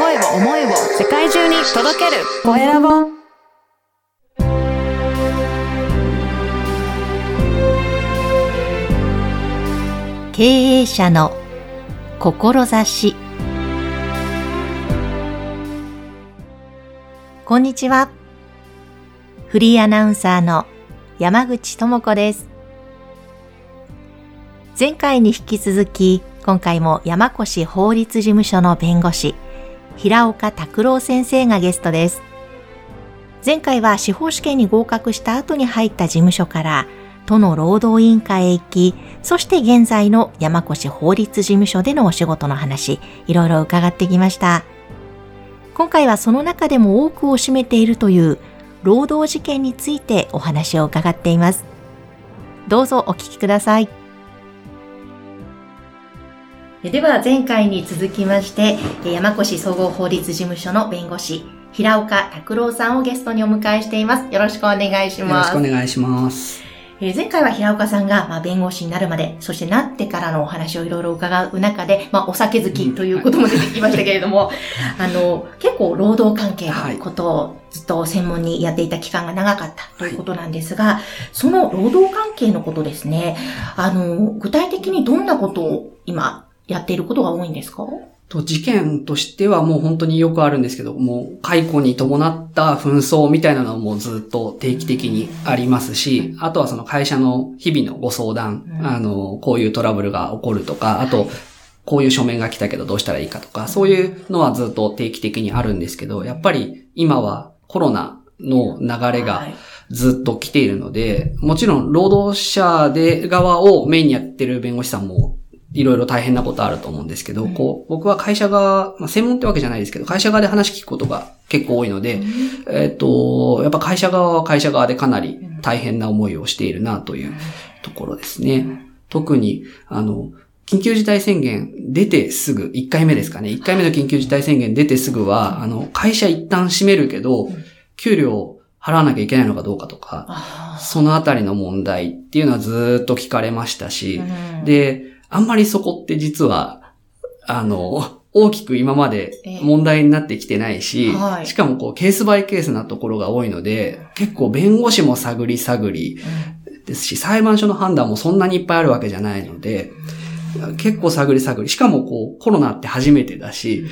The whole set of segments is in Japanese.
声を世界中に届けるコエラボ。 経営者の志。こんにちは。フリーアナウンサーの山口智子です。前回に引き続き、今回も山越法律事務所の弁護士、平岡拓郎先生がゲストです。前回は司法試験に合格した後に入った事務所から、都の労働委員会へ行き、そして現在の山越法律事務所でのお仕事の話、いろいろ伺ってきました。今回はその中でも多くを占めているという労働事件についてお話を伺っています。どうぞお聞きください。では前回に続きまして、山越総合法律事務所の弁護士、平岡拓郎さんをゲストにお迎えしています。よろしくお願いします。 よろしくお願いします。 前回は平岡さんが、弁護士になるまで、そしてなってからのお話をいろいろ伺う中で、お酒好きということも出てきましたけれども、結構労働関係のことをずっと専門にやっていた期間が長かったということなんですが、その労働関係のことですね、具体的にどんなことを今やっていることが多いんですか？ 事件としてはもう本当によくあるんですけど、もう解雇に伴った紛争みたいなのもずっと定期的にありますし、あとはその会社の日々のご相談、こういうトラブルが起こるとか、あと、こういう書面が来たけどどうしたらいいかとか、そういうのはずっと定期的にあるんですけど、やっぱり今はコロナの流れがずっと来ているので、もちろん労働者側をメインにやってる弁護士さんもいろいろ大変なことあると思うんですけど、僕は会社側、専門ってわけじゃないですけど、会社側で話聞くことが結構多いので、やっぱ会社側は会社側でかなり大変な思いをしているなというところですね。特に、緊急事態宣言出てすぐ、1回目ですかね。1回目の緊急事態宣言出てすぐは、会社一旦閉めるけど、給料払わなきゃいけないのかどうかとか、そのあたりの問題っていうのはずっと聞かれましたし、で、あんまりそこって実は、大きく今まで問題になってきてないし、しかもケースバイケースなところが多いので、結構弁護士も探りですし、裁判所の判断もそんなにいっぱいあるわけじゃないので、結構探り。しかもコロナって初めてだし、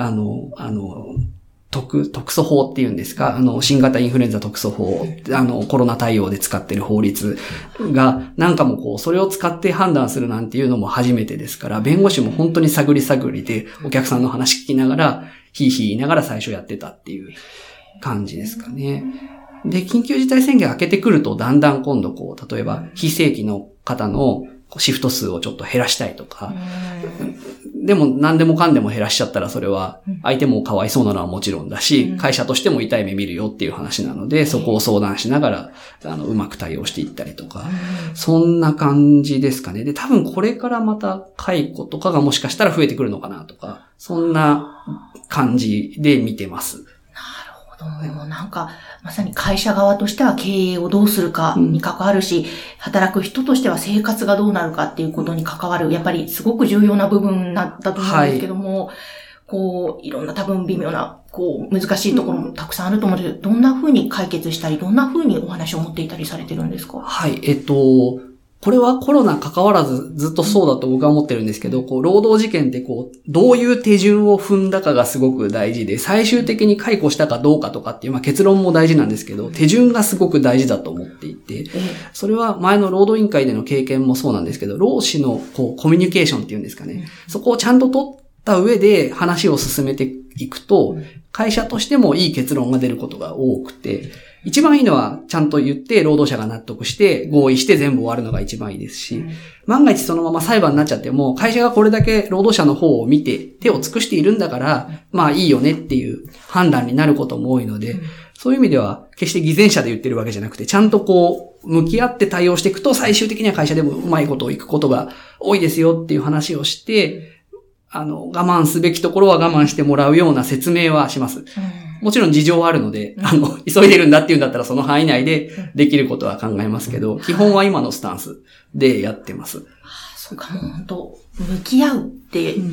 特措法っていうんですか、新型インフルエンザ特措法、コロナ対応で使ってる法律が、なんかもそれを使って判断するなんていうのも初めてですから、弁護士も本当に探りで、お客さんの話聞きながら、ひいひい言いながら最初やってたっていう感じですかね。で、緊急事態宣言明けてくると、だんだん今度例えば、非正規の方のシフト数をちょっと減らしたいとか、でも何でもかんでも減らしちゃったらそれは相手もかわいそうなのはもちろんだし、会社としても痛い目見るよっていう話なので、そこを相談しながら、うまく対応していったりとか、そんな感じですかね。で、多分これからまた解雇とかがもしかしたら増えてくるのかなとか、そんな感じで見てます。 もうなんか、まさに会社側としては経営をどうするかに関わるし、働く人としては生活がどうなるかっていうことに関わる、やっぱりすごく重要な部分だと思うんですけども、いろんな多分微妙な、難しいところもたくさんあると思うので、どんな風に解決したり、どんな風にお話を持っていたりされてるんですか？ はい、これはコロナ関わらずずっとそうだと僕は思ってるんですけど、労働事件ってどういう手順を踏んだかがすごく大事で、最終的に解雇したかどうかとかっていう、結論も大事なんですけど、手順がすごく大事だと思っていて、それは前の労働委員会での経験もそうなんですけど、労使のコミュニケーションっていうんですかね、そこをちゃんと取った上で話を進めていくと、会社としてもいい結論が出ることが多くて、一番いいのはちゃんと言って労働者が納得して合意して全部終わるのが一番いいですし、万が一そのまま裁判になっちゃっても会社がこれだけ労働者の方を見て手を尽くしているんだからいいよねっていう判断になることも多いので、そういう意味では決して偽善者で言ってるわけじゃなくて、ちゃんと向き合って対応していくと最終的には会社でもうまいことをいくことが多いですよっていう話をして、我慢すべきところは我慢してもらうような説明はします。もちろん事情はあるので、急いでるんだっていうんだったらその範囲内でできることは考えますけど、基本は今のスタンスでやってます。 そうか、もう本当向き合うって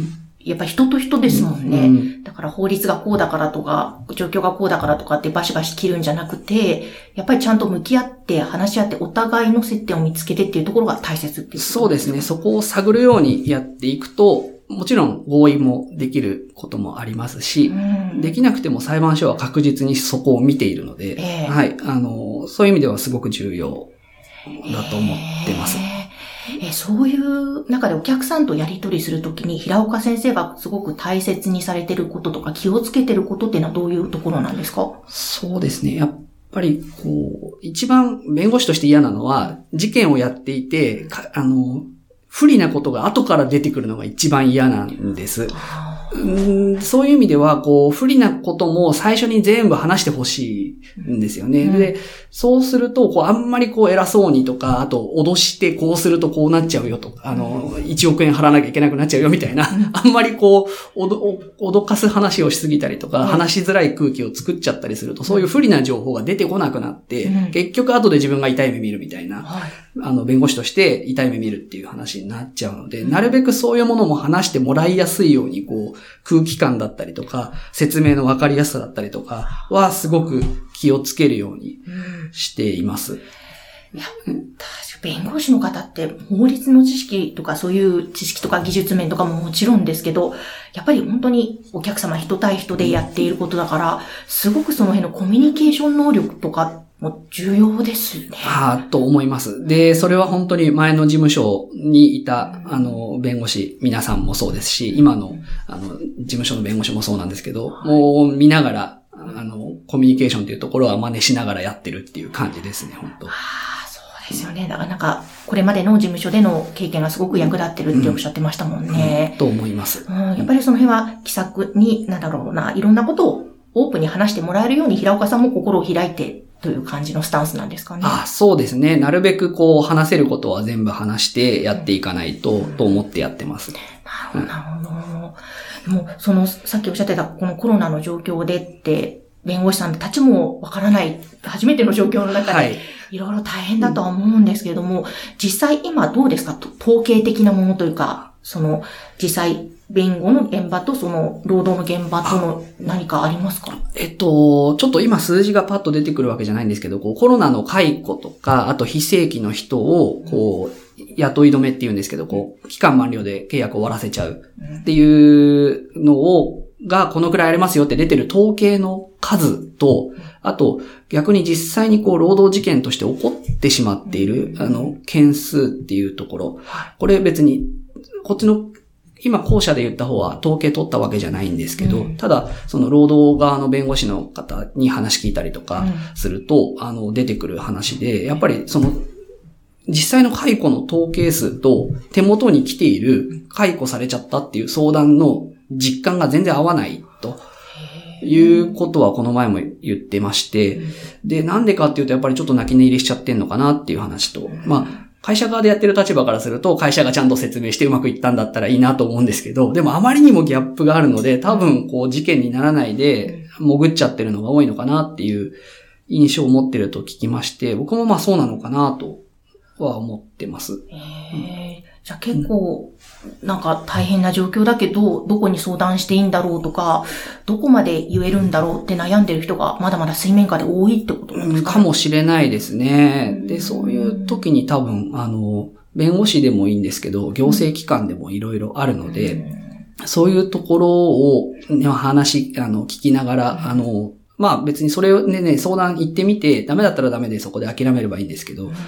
やっぱ人と人ですもんね。 うん、 だから法律がこうだからとか、状況がこうだからとかってバシバシ切るんじゃなくて、やっぱりちゃんと向き合って話し合ってお互いの接点を見つけてっていうところが大切っていう。 そうですね。そこを探るようにやっていくと、もちろん合意もできることもありますし、できなくても裁判所は確実にそこを見ているので、はい、そういう意味ではすごく重要だと思ってます。 そういう中でお客さんとやり取りするときに平岡先生がすごく大切にされてることとか気をつけてることっていうのはどういうところなんですか？ そうですね。やっぱり一番弁護士として嫌なのは事件をやっていて、不利なことが後から出てくるのが一番嫌なんです。そういう意味では、不利なことも最初に全部話してほしいんですよね。で、そうすると、あんまり偉そうにとか、あと、脅してこうするとこうなっちゃうよとか、1億円払わなきゃいけなくなっちゃうよみたいな、あんまり脅かす話をしすぎたりとか、話しづらい空気を作っちゃったりすると、そういう不利な情報が出てこなくなって、結局後で自分が痛い目見るみたいな、弁護士として痛い目見るっていう話になっちゃうので、なるべくそういうものも話してもらいやすいように、空気感だったりとか、説明の分かりやすさだったりとかはすごく気をつけるようにしています。 いや、弁護士の方って法律の知識とかそういう知識とか技術面とかももちろんですけど、やっぱり本当にお客様人対人でやっていることだから、すごくその辺のコミュニケーション能力とかも重要ですね。 と思います。で、それは本当に前の事務所にいた、弁護士、皆さんもそうですし、今の、事務所の弁護士もそうなんですけど、もう見ながら、コミュニケーションというところは真似しながらやってるっていう感じですね、本当。 そうですよね。だからこれまでの事務所での経験がすごく役立ってるっておっしゃってましたもんね。 と思います。 やっぱりその辺は気さくに、いろんなことをオープンに話してもらえるように平岡さんも心を開いて、という感じのスタンスなんですかね。 そうですね。なるべく話せることは全部話してやっていかないと、と思ってやってます。 なるほど。でも、さっきおっしゃってたこのコロナの状況でって、弁護士さんたちもわからない、初めての状況の中で、いろいろ大変だとは思うんですけれども、実際今どうですか？統計的なものというか、実際、弁護の現場と労働の現場との何かありますか？ ちょっと今数字がパッと出てくるわけじってですけど、コロナの解雇とか、あと非正規の人を、雇い止めっていうんですけど、期間満了で契約を終わらせちゃうっていうのがこのくらいありますよって出てる統計の数と、あと逆に実際に労働事件として起こってしまっている、件数っていうところ。これ別に、こっちの今後者で言った方は統計取ったわけじゃないんですけど、ただ労働側の弁護士の方に話聞いたりとかすると、出てくる話で、やっぱり実際の解雇の統計数と手元に来ている解雇されちゃったっていう相談の実感が全然合わないということはこの前も言ってまして、で、なんでかっていうとやっぱりちょっと泣き寝入りしちゃってんのかなっていう話と、会社側でやってる立場からすると、会社がちゃんと説明してうまくいったんだったらいいなと思うんですけど、でもあまりにもギャップがあるので、多分事件にならないで潜っちゃってるのが多いのかなっていう印象を持ってると聞きまして、僕もそうなのかなとは思ってます。 じゃあ結構大変な状況だけど、どこに相談していいんだろうとか、どこまで言えるんだろうって悩んでる人がまだまだ水面下で多いってことなんですか？ かもしれないですね。で、そういう時に多分、弁護士でもいいんですけど、行政機関でもいろいろあるので、そういうところを、聞きながら、別にそれをね、相談行ってみて、ダメだったらダメでそこで諦めればいいんですけど、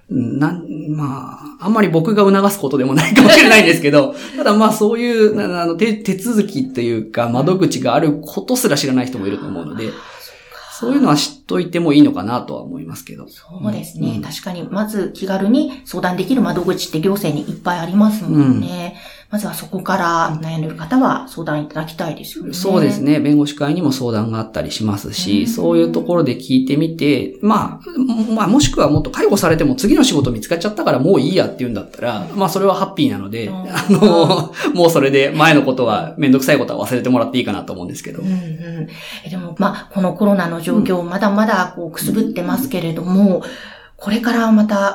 あんまり僕が促すことでもないかもしれないんですけど、ただそういう、手続きというか、窓口があることすら知らない人もいると思うので、そういうのは知っといてもいいのかなとは思いますけど。 そうですね。確かに、まず気軽に相談できる窓口って行政にいっぱいありますもんね。まずはそこから悩んでいる方は相談いただきたいですよね。 そうですね。弁護士会にも相談があったりしますし、そういうところで聞いてみて、もしくはもっと介護されても次の仕事見つかっちゃったからもういいやって言うんだったら、それはハッピーなので、もうそれで前のことはめんどくさいことは忘れてもらっていいかなと思うんですけど。 でもこのコロナの状況まだまだくすぶってますけれども、これからまた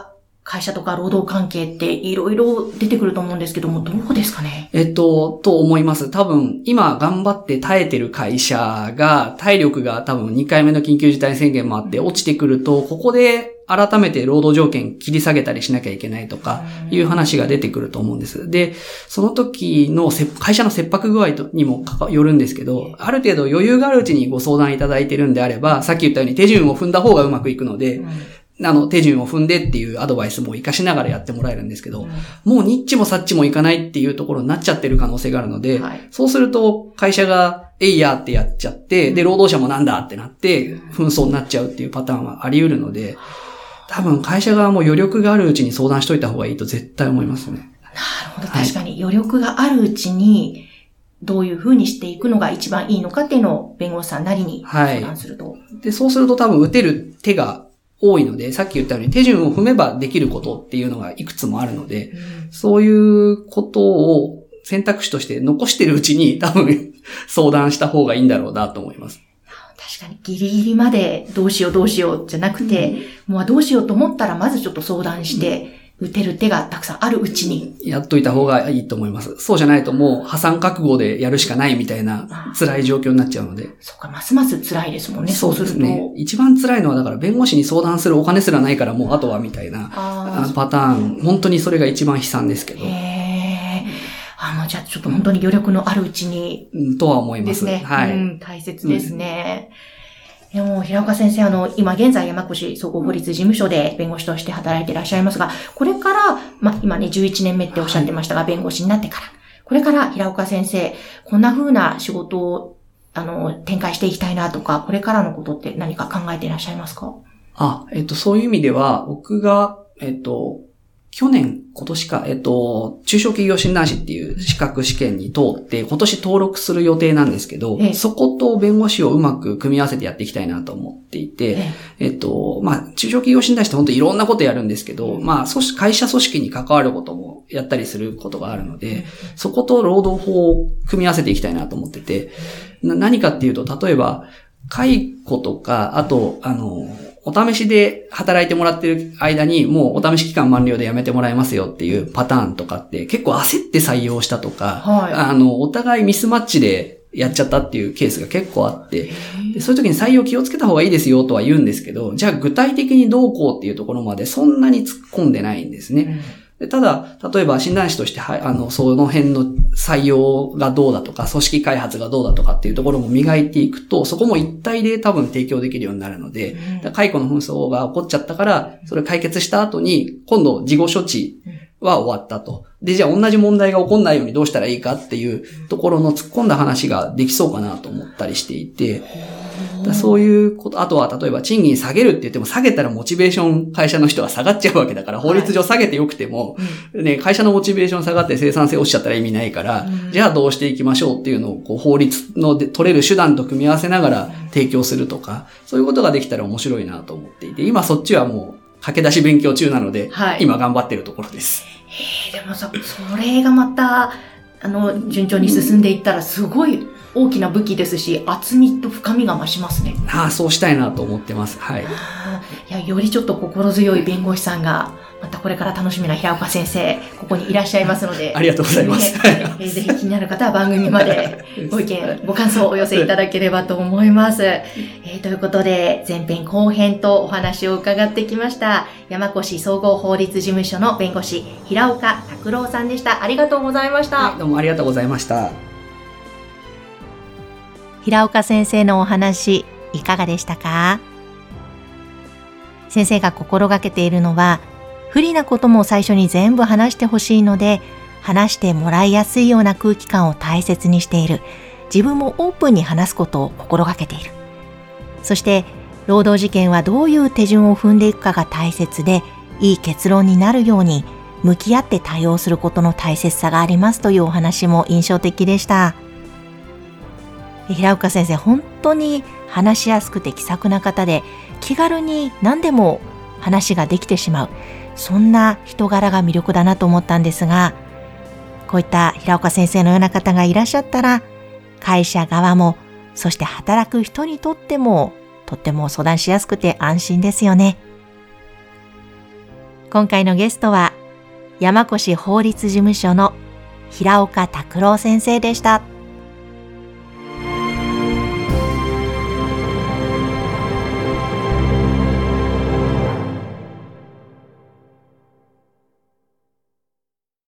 会社とか労働関係っていろいろ出てくると思うんですけども、どうですかね？ と思います。多分、今頑張って耐えてる会社が、体力が多分2回目の緊急事態宣言もあって落ちてくると、ここで改めて労働条件切り下げたりしなきゃいけないとかいう話が出てくると思うんです。で、その時の会社の切迫具合にもよるんですけど、ある程度余裕があるうちにご相談いただいてるんであれば、さっき言ったように手順を踏んだ方がうまくいくので、手順を踏んでっていうアドバイスも活かしながらやってもらえるんですけど、もうニッチもサッチもいかないっていうところになっちゃってる可能性があるので、そうすると会社がえいやってやっちゃって、で、労働者もなんだってなって、紛争になっちゃうっていうパターンはあり得るので、多分会社側も余力があるうちに相談しといた方がいいと絶対思いますね。 なるほど。確かに余力があるうちに、どういうふうにしていくのが一番いいのかっていうのを弁護士さんなりに相談すると。 で、そうすると多分打てる手が多いので、さっき言ったように手順を踏めばできることっていうのがいくつもあるので、そういうことを選択肢として残してるうちに多分相談した方がいいんだろうなと思います。 確かにギリギリまでどうしようじゃなくて、もうどうしようと思ったらまずちょっと相談して、打てる手がたくさんあるうちに。 やっといた方がいいと思います。そうじゃないともう破産覚悟でやるしかないみたいな辛い状況になっちゃうので。 そっか、ますます辛いですもんね。 そうですね。一番辛いのはだから弁護士に相談するお金すらないからもうあとはみたいなパターン。本当にそれが一番悲惨ですけど。 じゃあちょっと本当に余力のあるうちに。 とは思います。 ですね。はい。大切ですね。でも、平岡先生、今現在山越総合法律事務所で弁護士として働いていらっしゃいますが、これから、今ね、11年目っておっしゃってましたが、弁護士になってから、これから平岡先生、こんな風な仕事を、展開していきたいなとか、これからのことって何か考えていらっしゃいますか？ そういう意味では、僕が、今年か、中小企業診断士っていう資格試験に通って、今年登録する予定なんですけど、そこと弁護士をうまく組み合わせてやっていきたいなと思っていて、中小企業診断士って本当にいろんなことやるんですけど、会社組織に関わることもやったりすることがあるので、そこと労働法を組み合わせていきたいなと思ってて、何かっていうと、例えば、解雇とか、あと、お試しで働いてもらってる間にもうお試し期間満了で辞めてもらえますよっていうパターンとかって結構焦って採用したとか、お互いミスマッチでやっちゃったっていうケースが結構あって、でそういう時に採用気をつけた方がいいですよとは言うんですけど、じゃあ具体的にどうこうっていうところまでそんなに突っ込んでないんですね。ただ、例えば診断士として、その辺の採用がどうだとか、組織開発がどうだとかっていうところも磨いていくと、そこも一体で多分提供できるようになるので、解雇の紛争が起こっちゃったから、それを解決した後に、今度事後処置は終わったと。で、じゃあ同じ問題が起こんないようにどうしたらいいかっていうところの突っ込んだ話ができそうかなと思ったりしていて、そういうこと、あとは例えば賃金下げるって言っても下げたらモチベーション会社の人が下がっちゃうわけだから、法律上下げてよくても、ね、会社のモチベーション下がって生産性落ちちゃったら意味ないから、じゃあどうしていきましょうっていうのを法律ので取れる手段と組み合わせながら提供するとか、そういうことができたら面白いなと思っていて、今そっちはもう駆け出し勉強中なので、今頑張ってるところです。 でもそれがまた、順調に進んでいったらすごい大きな武器ですし、厚みと深みが増しますね。 そうしたいなと思ってます。はい。 いや、よりちょっと心強い弁護士さんが、またこれから楽しみな平岡先生、ここにいらっしゃいますので。 ありがとうございます。 ぜひ気になる方は番組までご意見、ご感想をお寄せいただければと思います。ということで、前編後編とお話を伺ってきました。山越総合法律事務所の弁護士、平岡拓郎さんでした。ありがとうございました。 どうもありがとうございました。 平岡先生のお話、いかがでしたか？先生が心がけているのは、不利なことも最初に全部話してほしいので、話してもらいやすいような空気感を大切にしている。自分もオープンに話すことを心がけている。そして、労働事件はどういう手順を踏んでいくかが大切で、いい結論になるように、向き合って対応することの大切さがありますというお話も印象的でした。平岡先生、本当に話しやすくて気さくな方で、気軽に何でも話ができてしまう。そんな人柄が魅力だなと思ったんですが、こういった平岡先生のような方がいらっしゃったら、会社側も、そして働く人にとっても、とっても相談しやすくて安心ですよね。 今回のゲストは山越法律事務所の平岡拓郎先生でした。